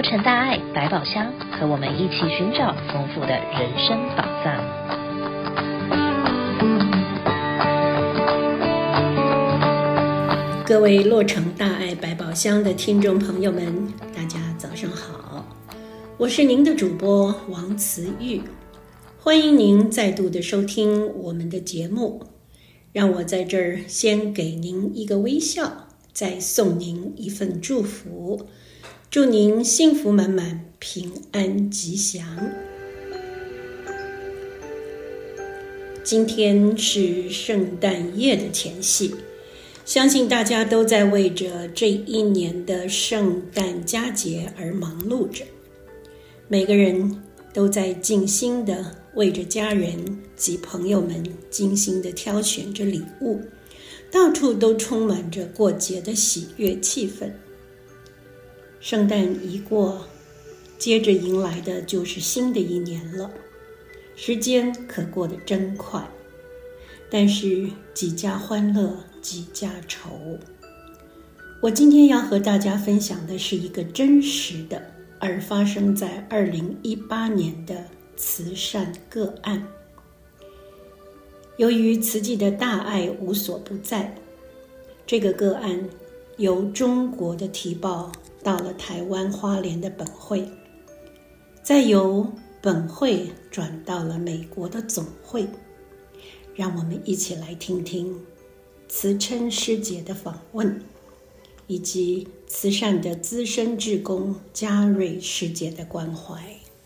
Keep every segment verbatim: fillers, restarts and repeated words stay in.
成大爱百宝箱，和我们一起寻找丰富的人生宝藏。 各位洛城大爱百宝箱的听众朋友们，大家早上好，我是您的主播王慈玉，欢迎您再度的收听我们的节目。让我在这儿先给您一个微笑，再送您一份祝福，祝您幸福满满，平安吉祥。今天是圣诞夜的前夕，相信大家都在为着这一年的圣诞佳节而忙碌着，每个人都在尽心的为着家人及朋友们精心的挑选着礼物，到处都充满着过节的喜悦气氛。圣诞一过，接着迎来的就是新的一年了，时间可过得真快，但是几家欢乐几家愁。我今天要和大家分享的是一个真实的而发生在二零一八年的慈善个案。由于慈济的大爱无所不在，这个个案由中国的提报到了台湾花莲的本会，再由本会转到了美国的总会。让我们一起来听听慈琛师姐的访问，以及慈善的资深志工嘉瑞师姐的关怀。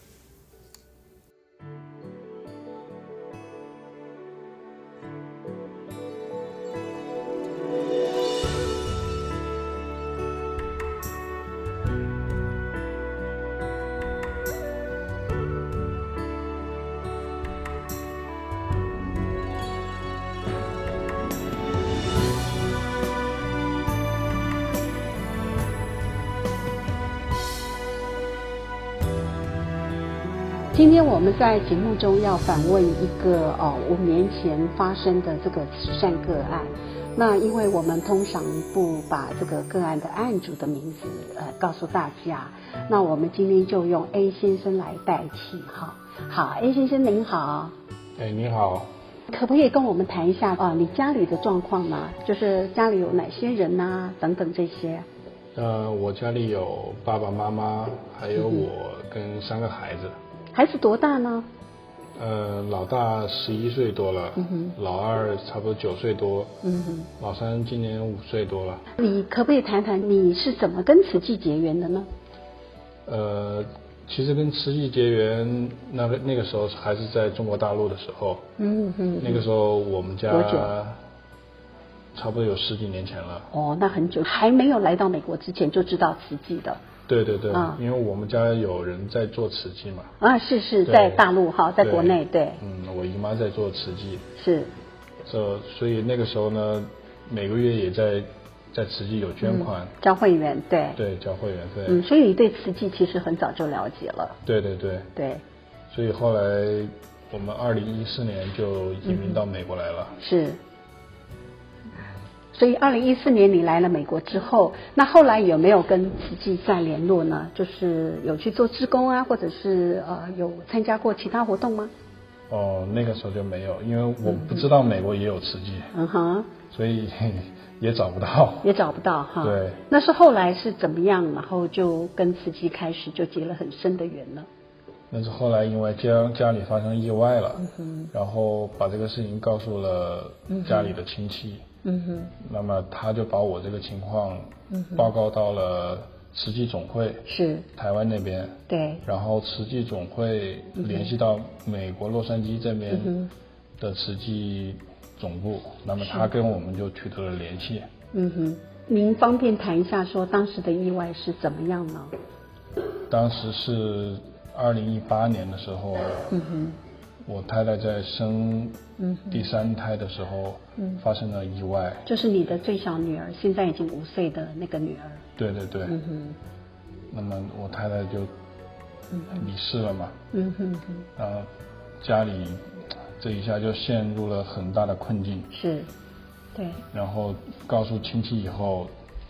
今天我们在节目中要访问一个哦五年前发生的这个慈善个案。那因为我们通常不把这个个案的案主的名字呃告诉大家，那我们今天就用 A 先生来代替哈。好 ，A 先生您好。 哎，你好。 可不可以跟我们谈一下啊、呃、你家里的状况呢？就是家里有哪些人呐、啊，等等这些。 呃，我家里有爸爸妈妈，还有我跟三个孩子。 孩子多大呢？ 呃，老大十一岁多了， 嗯哼， 老二差不多九岁多， 嗯哼， 老三今年五岁多了。 你可不可以谈谈你是怎么跟慈济结缘的呢？ 呃，其实跟慈济结缘，那个那个时候还是在中国大陆的时候， 嗯哼， 那个时候我们家多久？ 差不多有十几年前了。 哦，那很久，还没有来到美国之前就知道慈济的。 对对对、 嗯， 因为我们家有人在做慈济嘛。 啊，是是，在大陆哈，在国内，对。 嗯，我姨妈在做慈济。 是。 这所以那个时候呢，每个月也在在慈济有捐款、 嗯，交会员，对。 对，交会员费。 嗯，所以你对慈济其实很早就了解了。 对对对。 对。 所以后来我们二零一四年就移民到美国来了。 嗯、是。所以二零一四年你来了美国之后，那后来有没有跟慈济再联络呢？就是有去做志工啊，或者是呃有参加过其他活动吗？ 哦，那个时候就没有，因为我不知道美国也有慈济。 嗯哼。 所以也找不到。 也找不到哈。 对。 那是后来是怎么样，然后就跟慈济开始就结了很深的缘了？ 那是后来因为家家里发生意外了、 嗯哼， 然后把这个事情告诉了家里的亲戚。 嗯哼， 那么他就把我这个情况报告到了慈济总会， 是台湾那边， 对， 然后慈济总会联系到美国洛杉矶这边的慈济总部，嗯、那么他跟我们就取得了联系。 嗯哼，您方便谈一下说当时的意外是怎么样呢？ 当时是二零一八年的时候， 嗯哼。 我太太在生第三胎的时候发生了意外、 嗯、就是你的最小女儿现在已经五岁的那个女儿。 对对对、 嗯哼， 那么我太太就离世了嘛。 嗯哼哼， 然后家里这一下就陷入了很大的困境。 是，对。 然后告诉亲戚以后，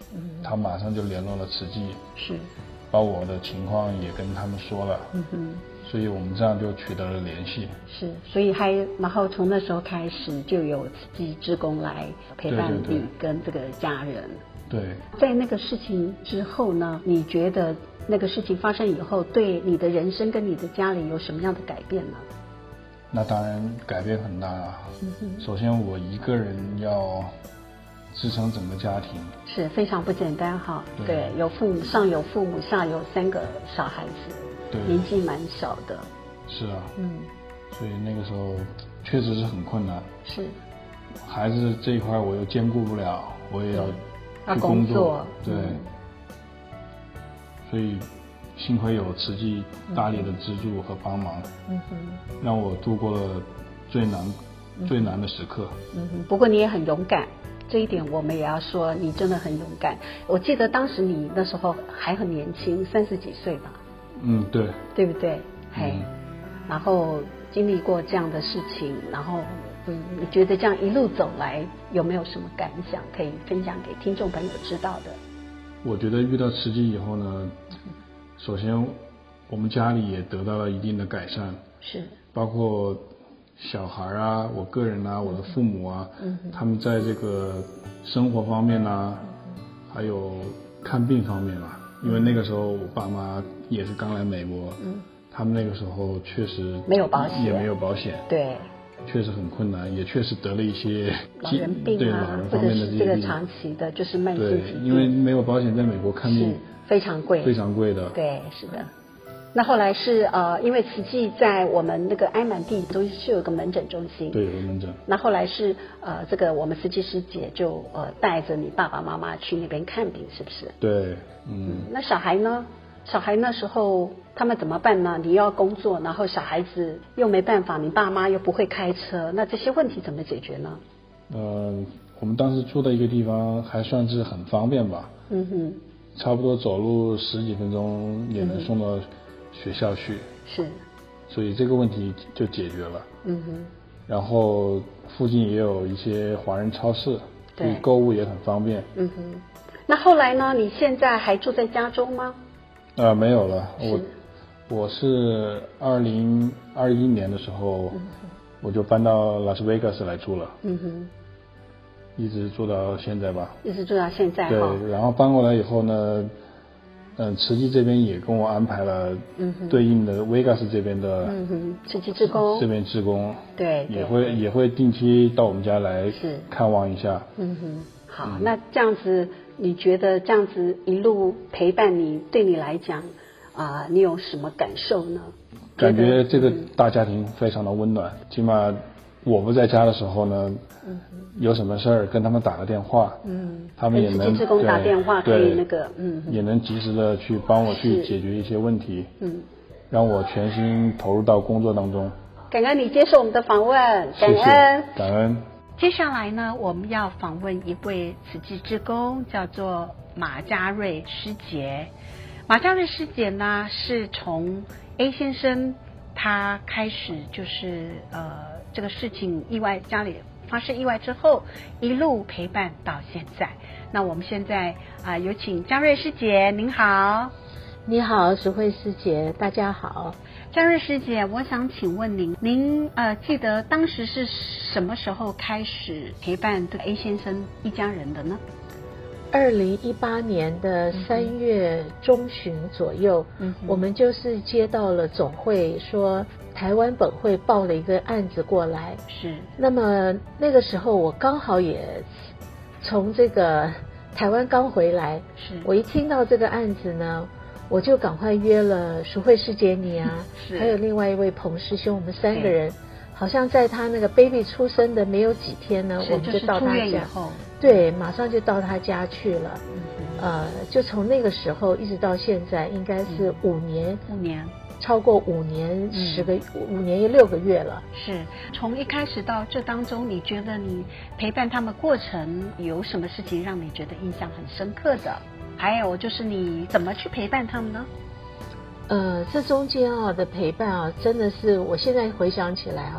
嗯，他马上就联络了慈济， 是， 把我的情况也跟他们说了， 嗯哼， 所以我们这样就取得了联系。 是，所以还然后从那时候开始就有慈济志工来陪伴对对对你跟这个家人。 对， 在那个事情之后呢，你觉得那个事情发生以后，对你的人生跟你的家里有什么样的改变呢？ 那当然改变很大啊。嗯哼，首先我一个人要支撑整个家庭， 是非常不简单哈。 对， 对，有父母，上有父母，下有三个小孩子， 对， 年纪蛮小的。 是啊， 嗯， 所以那个时候确实是很困难。 是， 孩子这一块我又兼顾不了，我也要去工作。 工作对、 嗯， 所以幸亏有慈济大力的资助和帮忙， 嗯哼， 让我度过了最难、嗯、最难的时刻。 嗯哼，不过你也很勇敢，这一点我们也要说，你真的很勇敢。我记得当时你那时候还很年轻，三十几岁吧？ 嗯，对， 对不对？嘿、 嗯， 然后经历过这样的事情，然后嗯，你觉得这样一路走来有没有什么感想可以分享给听众朋友知道的？ 我觉得遇到慈济以后呢，首先我们家里也得到了一定的改善， 是， 包括小孩啊，我个人啊，我的父母啊， 嗯， 他们在这个生活方面啊，还有看病方面啊，因为那个时候我爸妈也是刚来美国，嗯，他们那个时候确实没有保险， 也没有保险， 对， 确实很困难，也确实得了一些老人病啊， 对老人方面的这些病， 或者是这个长期的，就是慢性疾病， 对，因为没有保险，在美国看病非常贵， 非常贵的， 对，是的。那后来是呃，因为慈济在我们那个安满地都是有个门诊中心， 对，有个门诊。 那后来是呃，这个我们慈济师姐就呃带着你爸爸妈妈去那边看病，是不是？ 对，嗯。 嗯，那小孩呢？小孩那时候他们怎么办呢？你又要工作，然后小孩子又没办法，你爸妈又不会开车，那这些问题怎么解决呢？ 呃，我们当时住的一个地方还算是很方便吧。 嗯哼。 差不多走路十几分钟也能送到学校去。 是。 所以这个问题就解决了。 嗯哼。 然后附近也有一些华人超市，所以购物也很方便。 嗯哼。那后来呢？你现在还住在加州吗？ 呃，没有了，我我是二零二一年的时候，嗯、我就搬到拉斯维加斯来住了。 嗯哼。 一直住到现在吧。 一直住到现在。 对，然后搬过来以后呢，嗯，慈济这边也跟我安排了对应的维加斯这边的， 嗯哼，慈济志工这边志工， 对， 也会也会定期到我们家来看望一下。 嗯哼，好，嗯、那这样子，你觉得这样子一路陪伴你，对你来讲啊、呃，你有什么感受呢？ 感觉这个大家庭非常的温暖，嗯、起码我不在家的时候呢。嗯有什么事儿跟他们打个电话，嗯，他们也能志工打电话可以那个， 嗯，也能及时的去帮我去解决一些问题，嗯，让我全心投入到工作当中。 感恩你接受我们的访问，感恩， 谢谢感恩。 接下来呢，我们要访问一位慈济志工，叫做马嘉瑞师姐。马嘉瑞师姐呢，是从 A 先生他开始就是呃这个事情意外家里。发生意外之后，一路陪伴到现在。那我们现在啊、呃，有请嘉瑞师姐，您好。 你好，石慧师姐，大家好。 嘉瑞师姐，我想请问您，您呃记得当时是什么时候开始陪伴这个 A 先生一家人的呢？ 二零一八年的三月中旬左右，嗯，我们就是接到了总会说。台湾本会报了一个案子过来， 是。 那么那个时候我刚好也从这个台湾刚回来， 是。 我一听到这个案子呢，我就赶快约了淑慧师姐你啊，还有另外一位彭师兄，我们三个人，好像在他那个 baby 出生的没有几天呢，我们就到他家，对，马上就到他家去了。嗯、呃，就从那个时候一直到现在，应该是五年， 五年。 超过五年十个、嗯、五年又六个月了。 是从一开始到这当中，你觉得你陪伴他们过程有什么事情让你觉得印象很深刻的？还有就是你怎么去陪伴他们呢？ 呃，这中间啊的陪伴啊，真的是我现在回想起来啊，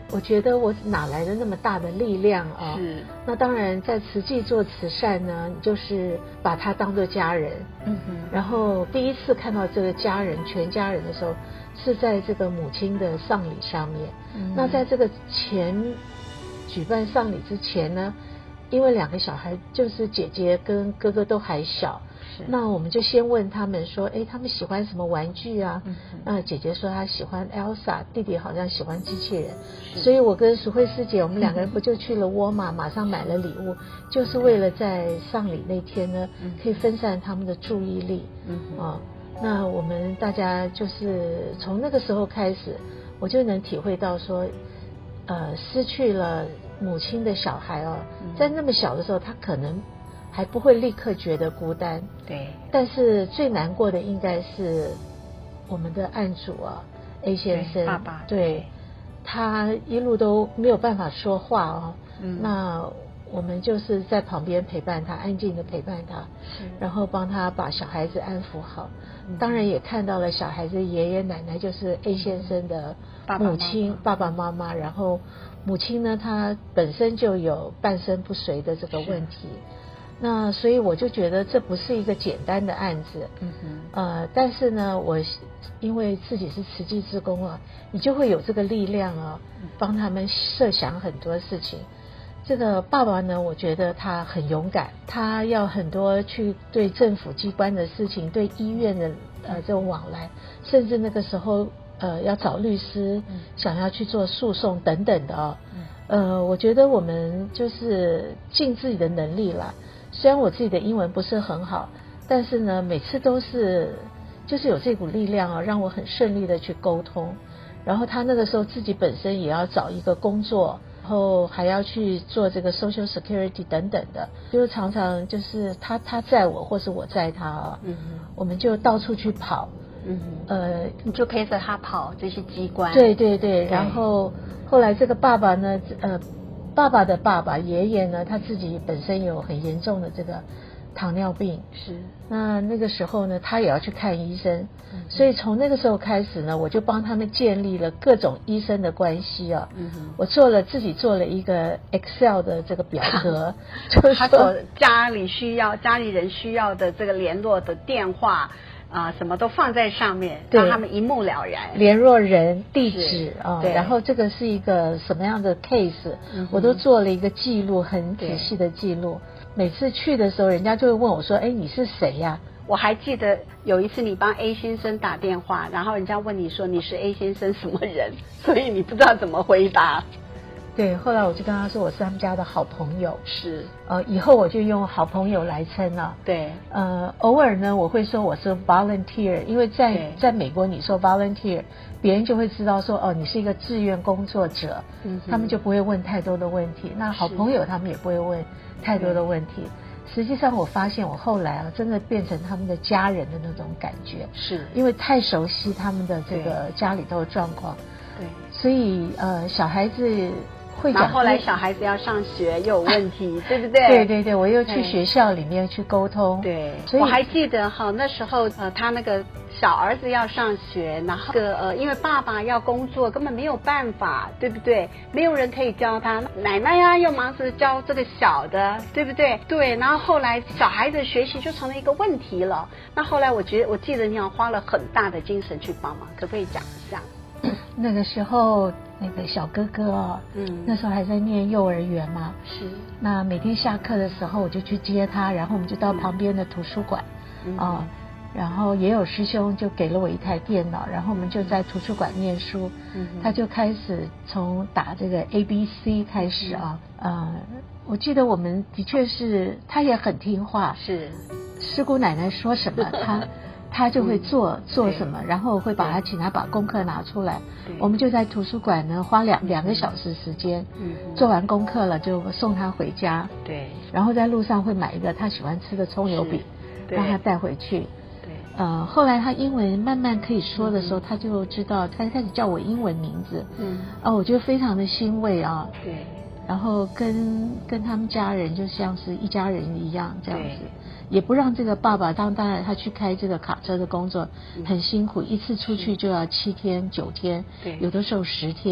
我觉得我哪来的那么大的力量啊？ 是。 那当然，在慈济做慈善呢，你就是把他当作家人。 嗯哼。 然后第一次看到这个家人全家人的时候，是在这个母亲的丧礼上面。嗯。那在这个前举办丧礼之前呢，因为两个小孩就是姐姐跟哥哥都还小。那我们就先问他们说，哎，他们喜欢什么玩具啊？嗯、那姐姐说她喜欢 Elsa， 弟弟好像喜欢机器人，所以我跟淑慧师姐，我们两个人不就去了沃尔玛，马上买了礼物，就是为了在丧礼那天呢，可以分散他们的注意力。嗯啊，那我们大家就是从那个时候开始，我就能体会到说，呃，失去了母亲的小孩哦，在那么小的时候，他可能还不会立刻觉得孤单， 对。 但是最难过的应该是我们的案主啊 ，A 先生， 爸爸， 对，他一路都没有办法说话哦。嗯。那我们就是在旁边陪伴他，安静的陪伴他，然后帮他把小孩子安抚好。嗯、当然也看到了小孩子爷爷奶奶，就是 A 先生的母亲、爸爸妈妈，然后母亲呢，她本身就有半身不遂的这个问题。那所以我就觉得这不是一个简单的案子，嗯哼，呃，但是呢，我因为自己是慈济志工啊，你就会有这个力量啊，帮他们设想很多事情。这个爸爸呢，我觉得他很勇敢，他要很多去对政府机关的事情，对医院的呃这种往来，甚至那个时候呃要找律师，想要去做诉讼等等的哦，呃，我觉得我们就是尽自己的能力啦。虽然我自己的英文不是很好，但是呢，每次都是就是有这股力量啊，让我很顺利的去沟通。然后他那个时候自己本身也要找一个工作，然后还要去做这个 Social Security 等等的，就是常常就是他他载我，或是我载他啊，嗯，我们就到处去跑，嗯， 呃，你就陪着他跑这些机关。 对对对，然后后来这个爸爸呢，呃。爸爸的爸爸爷爷呢，他自己本身有很严重的这个糖尿病， 是。 那那个时候呢，他也要去看医生，嗯、所以从那个时候开始呢，我就帮他们建立了各种医生的关系啊。嗯、我做了自己做了一个 Excel 的这个表格， 就是他所家里需要、家里人需要的这个联络的电话。啊、呃，什么都放在上面，让他们一目了然。 联络人、地址啊，然后这个是一个什么样的 case，、嗯、我都做了一个记录，很仔细的记录。每次去的时候，人家就会问我说：“哎，你是谁呀、啊？” 我还记得有一次你帮 A 先生打电话，然后人家问你说你是 A 先生什么人，所以你不知道怎么回答。 对，后来我就跟他说我是他们家的好朋友， 是， 呃，以后我就用好朋友来称了。 对， 呃，偶尔呢我会说我是 volunteer， 因为在在美国你说 volunteer， 别人就会知道说哦你是一个志愿工作者，嗯，他们就不会问太多的问题。那好朋友他们也不会问太多的问题。实际上我发现我后来啊真的变成他们的家人的那种感觉， 是因为太熟悉他们的这个家里头的状况。 对， 所以呃小孩子。会讲， 然后后来小孩子要上学又有问题，对不对？ 对对对，我又去学校里面去沟通。 对，所以我还记得哈，那时候呃，他那个小儿子要上学，然后个呃，因为爸爸要工作，根本没有办法，对不对？没有人可以教他，奶奶啊又忙着教这个小的，对不对？对，然后后来小孩子学习就成了一个问题了。那后来我觉得，我记得你要花了很大的精神去帮忙，可不可以讲一下？ 那个时候那个小哥哥哦，嗯，那时候还在念幼儿园嘛， 是。 那每天下课的时候我就去接他，然后我们就到旁边的图书馆，啊、嗯呃，然后也有师兄就给了我一台电脑，然后我们就在图书馆念书，嗯，他就开始从打这个 A B C 开始啊，嗯、呃，我记得我们的确是他也很听话， 是， 师姑奶奶说什么他。他就会做、嗯、做什么，然后会把他请他把功课拿出来，我们就在图书馆呢花两两个小时时间，嗯，做完功课了就送他回家， 对， 然后在路上会买一个他喜欢吃的葱油饼，让他带回去， 对， 呃，后来他英文慢慢可以说的时候，嗯、他就知道，他开始叫我英文名字，嗯，啊，我觉得非常的欣慰啊， 对， 然后跟跟他们家人就像是一家人一样这样子。也不让这个爸爸，当当然他去开这个卡车的工作很辛苦，一次出去就要七天九天，有的时候十天。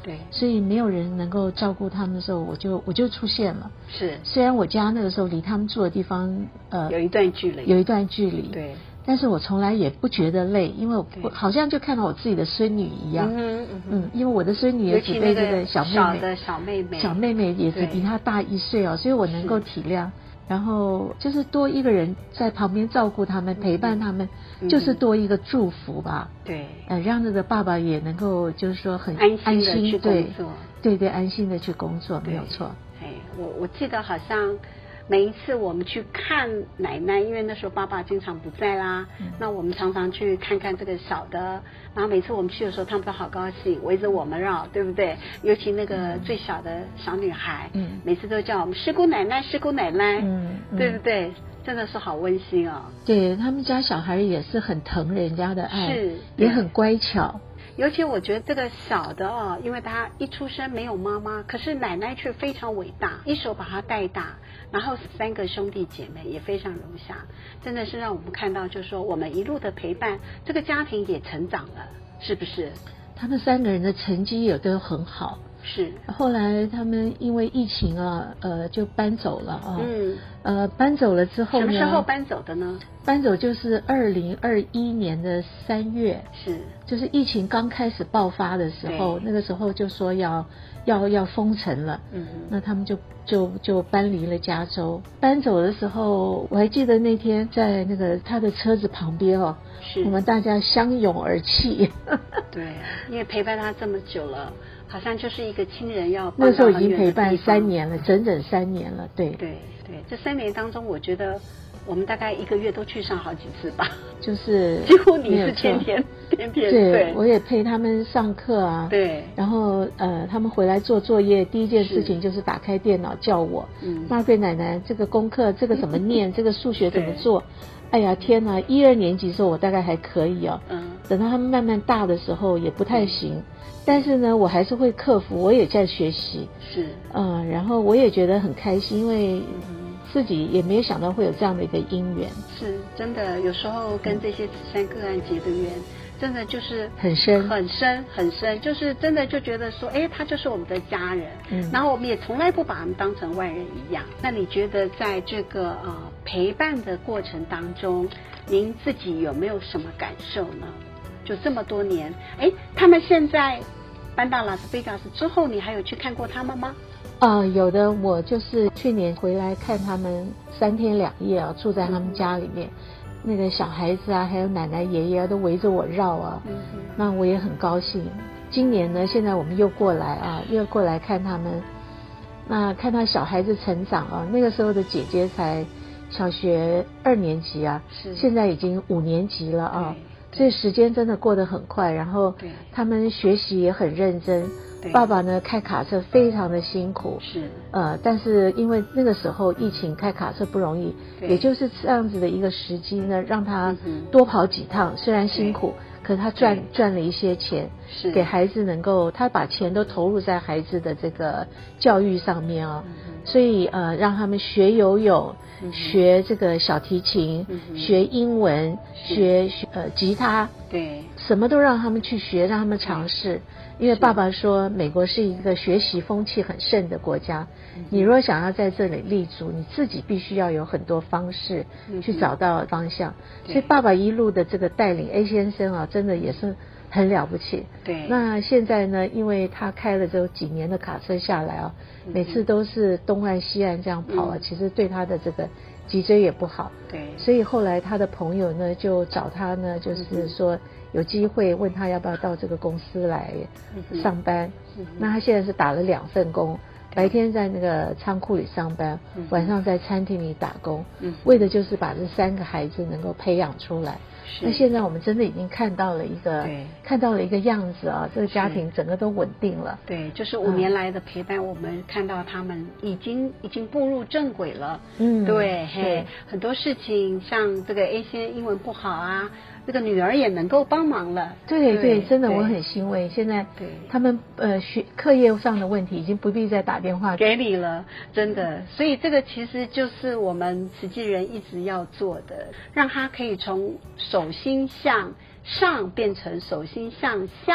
对， 所以没有人能够照顾他们的时候，我就我就出现了。 是， 虽然我家那个时候离他们住的地方呃有一段距离， 有一段距离， 对， 但是我从来也不觉得累，因为我我好像就看到我自己的孙女一样。 嗯 嗯, 嗯，因为我的孙女也只被这个小妹妹， 的小妹妹， 小妹妹也只比她大一岁哦，所以我能够体谅。然后就是多一个人在旁边照顾他们、陪伴他们， 嗯、 就是多一个祝福吧。 对， 呃，让那个爸爸也能够就是说很安心的去工作， 对对对，安心的去工作，没有错。 哎，我我记得好像每一次我们去看奶奶，因为那时候爸爸经常不在啦，嗯、那我们常常去看看这个小的，然后每次我们去的时候，他们都好高兴，围着我们绕，对不对？尤其那个最小的小女孩，嗯，每次都叫我们师姑奶奶，师姑奶奶，嗯，嗯对不对？真的是好温馨哦。 对，他们家小孩也是很疼人家的爱， 是， 也很乖巧。 尤其我觉得这个小的哦，因为他一出生没有妈妈，可是奶奶却非常伟大，一手把他带大，然后三个兄弟姐妹也非常融洽，真的是让我们看到，就是说我们一路的陪伴，这个家庭也成长了，是不是？ 他们三个人的成绩也都很好。 是， 后来他们因为疫情啊，呃，就搬走了啊。 嗯。 呃，搬走了之后呢？ 什么时候搬走的呢？ 搬走就是二零二一年的三月。 是。 就是疫情刚开始爆发的时候，那个时候就说要要要封城了。嗯。那他们就就就搬离了加州。搬走的时候，我还记得那天在那个他的车子旁边哦， 是我们大家相拥而泣。 对，因为陪伴他这么久了。好像就是一个亲人要那时候已经陪伴三年了，整整三年了，对对对，这三年当中，我觉得我们大概一个月都去上好几次吧， 就是几乎你是天天天天对，对我也陪他们上课啊， 对， 然后呃，他们回来做作业，第一件事情就是打开电脑叫我，嗯，玛贵奶奶，这个功课这个怎么念，这个数学怎么做？哎呀天哪，一二年级的时候我大概还可以哦，嗯，等到他们慢慢大的时候也不太行。但是呢，我还是会克服，我也在学习， 是， 嗯，然后我也觉得很开心，因为自己也没有想到会有这样的一个因缘， 是真的，有时候跟这些慈善个案结的缘，真的就是很深很深很深，就是真的就觉得说，哎，他就是我们的家人，嗯，然后我们也从来不把他们当成外人一样。那你觉得在这个呃陪伴的过程当中，您自己有没有什么感受呢？就这么多年，哎，他们现在搬到拉斯维加斯之后，你还有去看过他们吗？ 啊、呃，有的，我就是去年回来看他们三天两夜啊，住在他们家里面，嗯、那个小孩子啊，还有奶奶爷爷啊，都围着我绕啊，嗯、那我也很高兴。今年呢，现在我们又过来啊，又过来看他们，那看到小孩子成长啊，那个时候的姐姐才小学二年级啊， 是现在已经五年级了啊。所以时间真的过得很快，然后他们学习也很认真。爸爸呢开卡车非常的辛苦， 是呃，但是因为那个时候疫情开卡车不容易，也就是这样子的一个时机呢，让他多跑几趟，虽然辛苦，可是他赚赚了一些钱， 是给孩子能够他把钱都投入在孩子的这个教育上面啊、哦，所以呃让他们学游泳。学这个小提琴，嗯、学英文，学学呃吉他， 对， 什么都让他们去学，让他们尝试。因为爸爸说，美国是一个学习风气很盛的国家，嗯、你如果想要在这里立足，你自己必须要有很多方式去找到方向。嗯、所以爸爸一路的这个带领 A 先生啊，真的也是很了不起。 对， 那现在呢，因为他开了这几年的卡车下来啊，嗯、每次都是东岸西岸这样跑啊，嗯、其实对他的这个脊椎也不好。 对， 所以后来他的朋友呢就找他呢，就是说有机会问他要不要到这个公司来上班。嗯、那他现在是打了两份工。白天在那个仓库里上班，嗯、晚上在餐厅里打工，嗯、为的就是把这三个孩子能够培养出来。那现在我们真的已经看到了一个，看到了一个样子啊，这个家庭整个都稳定了。 对，就是五年来的陪伴，嗯、我们看到他们已经已经步入正轨了。 嗯， 对，嘿，很多事情像这个 A 先英文不好啊。这个女儿也能够帮忙了， 对 对, 对，真的我很欣慰。现在他们呃学课业上的问题已经不必再打电话给你了，真的。所以这个其实就是我们慈济人一直要做的，让他可以从手心向上变成手心向下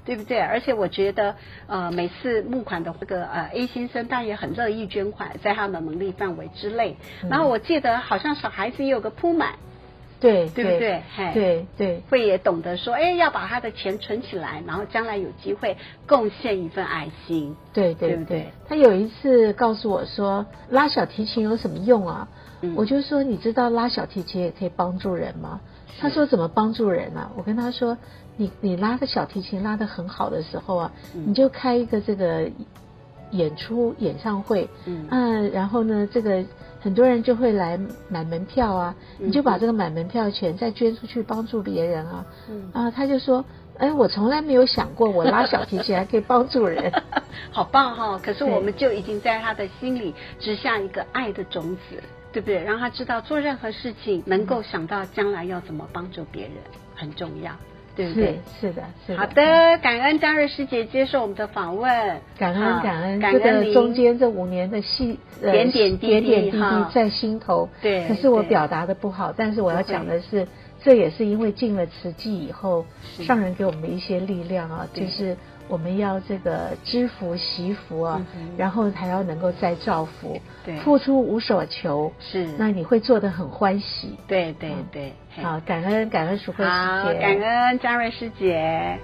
对不对？而且我觉得，呃，每次募款的这个呃 A 先生，他也很乐意捐款，在他的能力范围之内。嗯、然后我记得好像小孩子也有个铺满。 对， 对不对？ 对对， 会也懂得说，哎，要把他的钱存起来，然后将来有机会贡献一份爱心。 对对对, 对不对？ 他有一次告诉我说，拉小提琴有什么用啊？嗯、我就说，你知道拉小提琴也可以帮助人吗？他说怎么帮助人啊？我跟他说，你你拉个小提琴拉得很好的时候啊，嗯、你就开一个这个演出演唱会，嗯啊，然后呢，这个很多人就会来买门票啊，嗯、你就把这个买门票钱再捐出去帮助别人啊，嗯啊，他就说，哎，我从来没有想过我拉小提琴还可以帮助人， 好棒哈、哦！可是我们就已经在他的心里植下一个爱的种子，对不对？让他知道做任何事情能够想到将来要怎么帮助别人，很重要。对不对？ 是的，是的。 好的，感恩张瑞师姐接受我们的访问， 感恩感恩， 感恩这个中间这五年的细、 呃、点点滴滴点点滴滴在心头。 对， 可是我表达的不好，但是我要讲的是，这也是因为进了慈济以后，上人给我们的一些力量啊，就是我们要这个知福惜福啊，嗯、然后还要能够再造福，对，付出无所求， 是， 那你会做得很欢喜。 对对对， 嗯、好，感恩感恩淑慧师姐， 感恩张瑞师姐。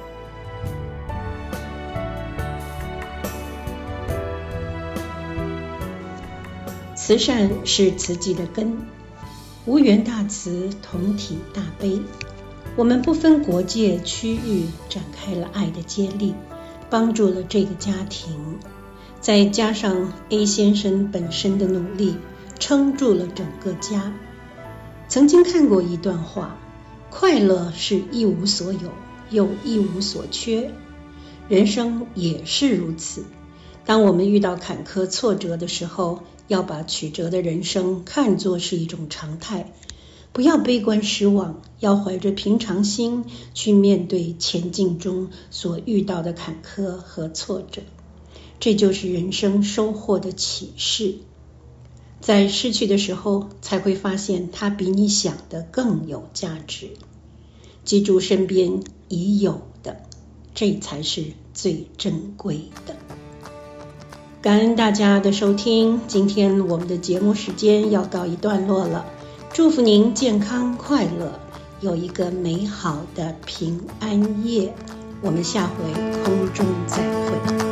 慈善是慈济的根，无缘大慈，同体大悲。我们不分国界区域，展开了爱的接力，帮助了这个家庭，再加上 A 先生本身的努力，撑住了整个家。曾经看过一段话，快乐是一无所有，又一无所缺，人生也是如此。当我们遇到坎坷挫折的时候，要把曲折的人生看作是一种常态，不要悲观失望，要怀着平常心去面对前进中所遇到的坎坷和挫折，这就是人生收获的启示。在失去的时候，才会发现它比你想的更有价值。记住身边已有的，这才是最珍贵的。感恩大家的收听，今天我们的节目时间要告一段落了。祝福您健康快乐，有一个美好的平安夜。我们下回空中再会。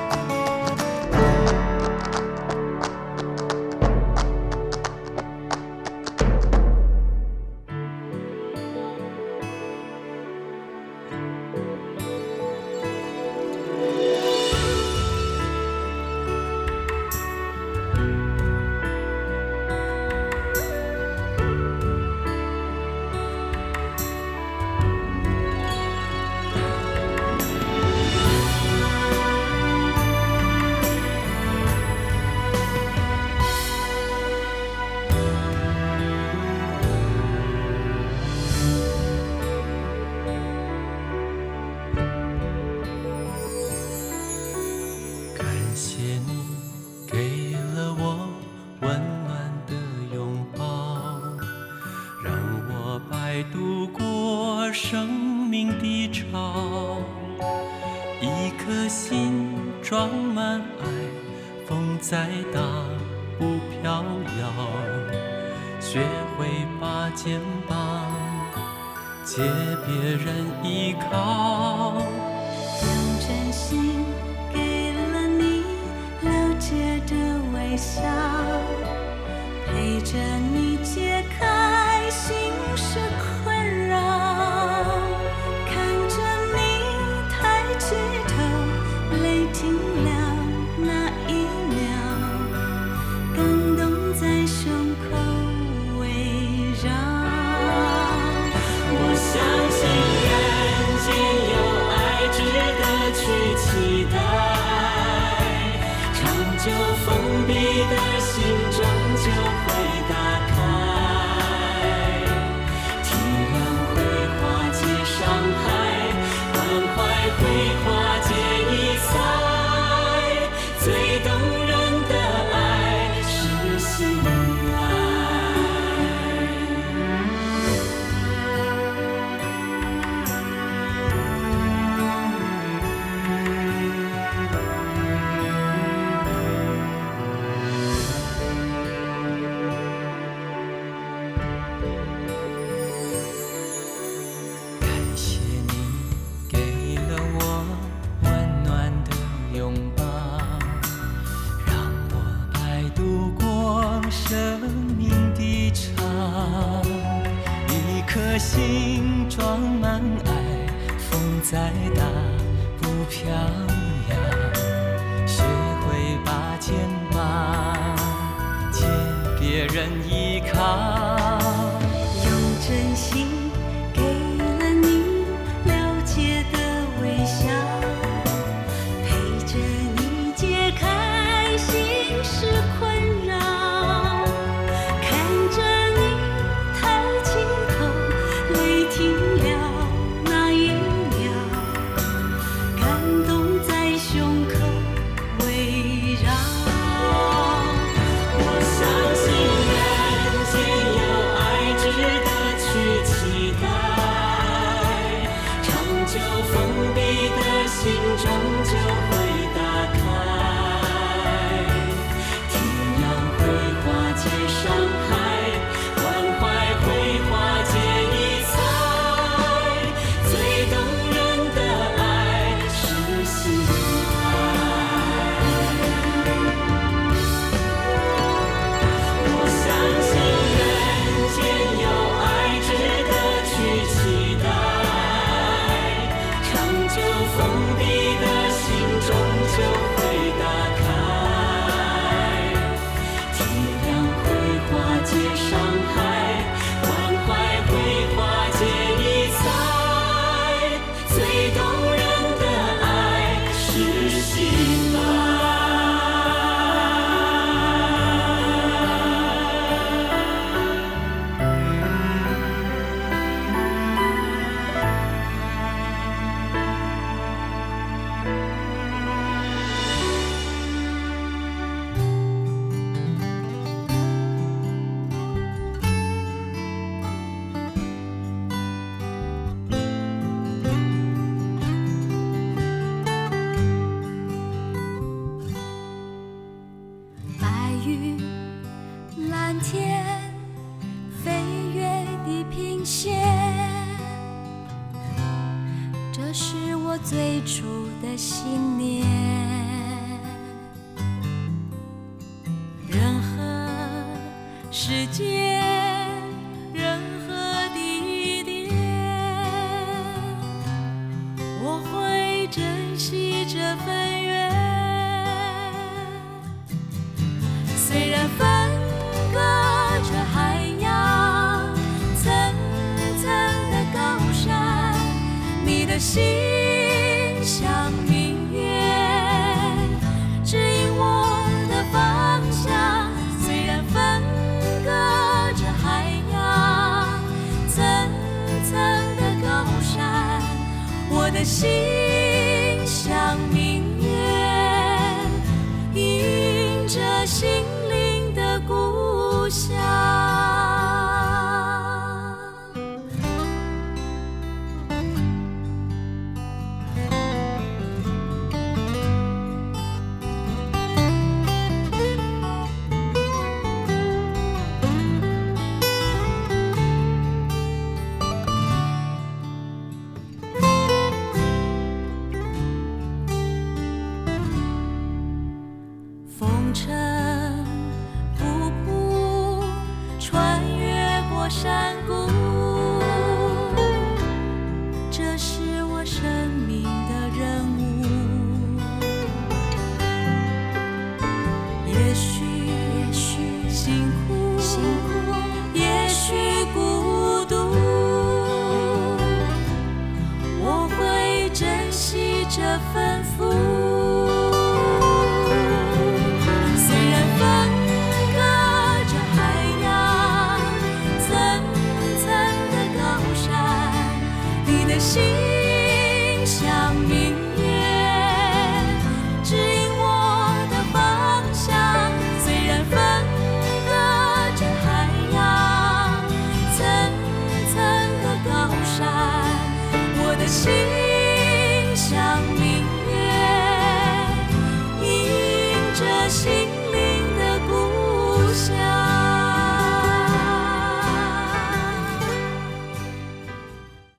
再大不飘摇，学会把肩膀借别人依靠， 用真心给了你了解的微笑，陪着你解开心事困扰，看着你抬起头，泪停了那一在胸口围绕， 我相信人间有爱值得去期待，长久封闭的心终究会打开。 的心装满爱，风再大不飘扬，学会把肩膀借别人依靠， 用真心给了你了解的微笑，陪着你解开心事困扰，看着你抬起头，泪停了那一秒，感动在胸口围绕。 我相信人间有爱值得去期待，长久封闭的心终究会打开，天涯会化解伤害，关怀会化解疑猜，最动人的爱是心爱。我相信人间有爱值得去期待，长久封闭的心终究会打开，体谅会化解伤害，关怀会化解疑猜，最动人的爱是心爱。 白云蓝天飞跃地平线，这是我最初的信念。任何时间，任何地点，我会珍惜这份缘。虽然分隔着海洋，层层的高山，你的心像明月，指引我的方向。虽然分隔着海洋，层层的高山，我的心像明月，映着心灵的故乡。风尘仆仆，穿越过山谷，这是我生命的任务。也许也许辛苦辛苦，也许孤独，我会珍惜这份付。心